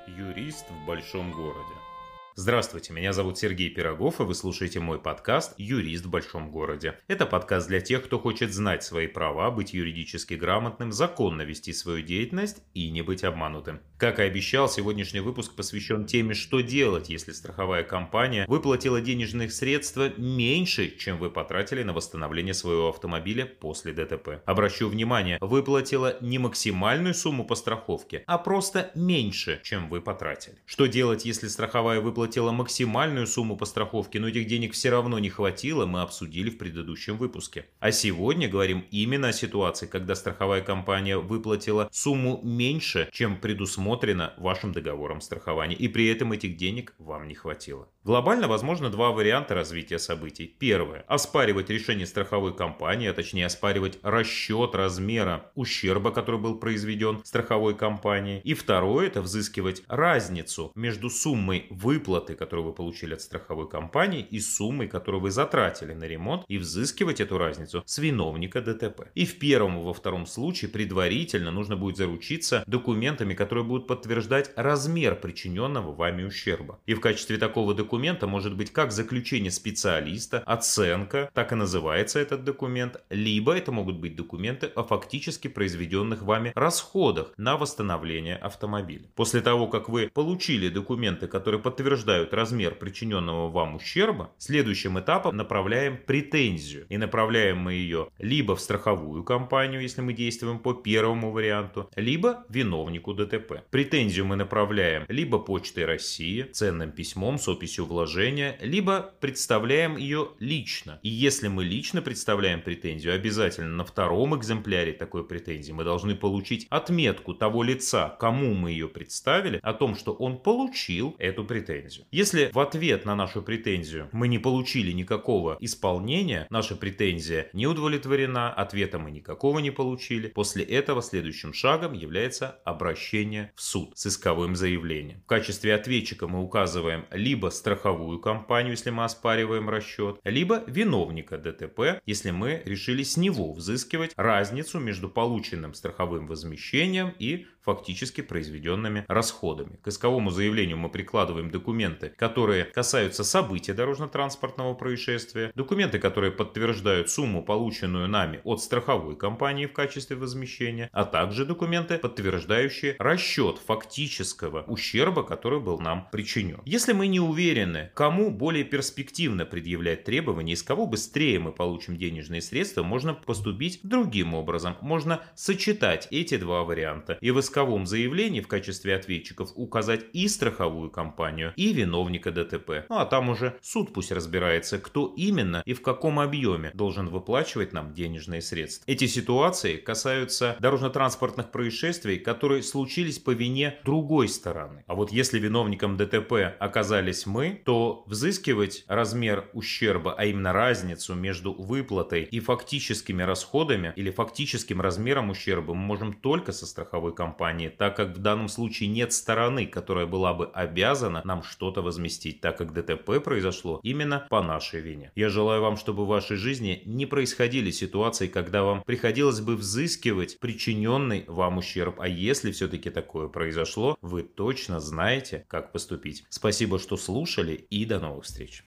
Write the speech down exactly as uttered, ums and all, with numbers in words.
Юрист в большом городе. Здравствуйте, меня зовут Сергей Пирогов, и вы слушаете мой подкаст «Юрист в большом городе». Это подкаст для тех, кто хочет знать свои права, быть юридически грамотным, законно вести свою деятельность и не быть обманутым. Как и обещал, сегодняшний выпуск посвящен теме, что делать, если страховая компания выплатила денежных средств меньше, чем вы потратили на восстановление своего автомобиля после ДТП. Обращу внимание, выплатила не максимальную сумму по страховке, а просто меньше, чем вы потратили. Что делать, если страховая выплатила максимальную сумму по страховке, но этих денег все равно не хватило, мы обсудили в предыдущем выпуске. А сегодня говорим именно о ситуации, когда страховая компания выплатила сумму меньше, чем предусмотрено вашим договором страхования, и при этом этих денег вам не хватило. Глобально возможно два варианта развития событий. Первое. Оспаривать решение страховой компании, а точнее оспаривать расчет размера ущерба, который был произведен страховой компанией. И второе. Это взыскивать разницу между суммой выплаты, которую вы получили от страховой компании, и суммой, которую вы затратили на ремонт, и взыскивать эту разницу с виновника ДТП. И в первом и во втором случае предварительно нужно будет заручиться документами, которые будут подтверждать размер причиненного вами ущерба. И в качестве такого документа может быть как заключение специалиста, оценка, так и называется этот документ, либо это могут быть документы о фактически произведенных вами расходах на восстановление автомобиля. После того, как вы получили документы, которые подтверждают размер причиненного вам ущерба, следующим этапом направляем претензию. И направляем мы ее либо в страховую компанию, если мы действуем по первому варианту, либо виновнику ДТП. Претензию мы направляем либо Почтой России, ценным письмом с описью вложения, либо представляем ее лично. И если мы лично представляем претензию, обязательно на втором экземпляре такой претензии мы должны получить отметку того лица, кому мы ее представили, о том, что он получил эту претензию. Если в ответ на нашу претензию мы не получили никакого исполнения, наша претензия не удовлетворена, ответа мы никакого не получили, после этого следующим шагом является обращение в суд с исковым заявлением. В качестве ответчика мы указываем либо страховую компанию, если мы оспариваем расчет, либо виновника ДТП, если мы решили с него взыскивать разницу между полученным страховым возмещением и фактически произведенными расходами. К исковому заявлению мы прикладываем документы, которые касаются события дорожно-транспортного происшествия, документы, которые подтверждают сумму, полученную нами от страховой компании в качестве возмещения, а также документы, подтверждающие расчет фактического ущерба, который был нам причинен. Если мы не уверены, кому более перспективно предъявлять требования и с кого быстрее мы получим денежные средства, можно поступить другим образом. Можно сочетать эти два варианта и в исковом заявлении в качестве ответчиков указать и страховую компанию, и виновника ДТП. Ну а там уже суд пусть разбирается, кто именно и в каком объеме должен выплачивать нам денежные средства. Эти ситуации касаются дорожно-транспортных происшествий, которые случились по вине другой стороны. А вот если виновником ДТП оказались мы, то взыскивать размер ущерба, а именно разницу между выплатой и фактическими расходами или фактическим размером ущерба мы можем только со страховой компанией, так как в данном случае нет стороны, которая была бы обязана нам что-то возместить, так как ДТП произошло именно по нашей вине. Я желаю вам, чтобы в вашей жизни не происходили ситуации, когда вам приходилось бы взыскивать причиненный вам ущерб, а если все-таки такое произошло, вы точно знаете, как поступить. Спасибо, что слушали, и до новых встреч.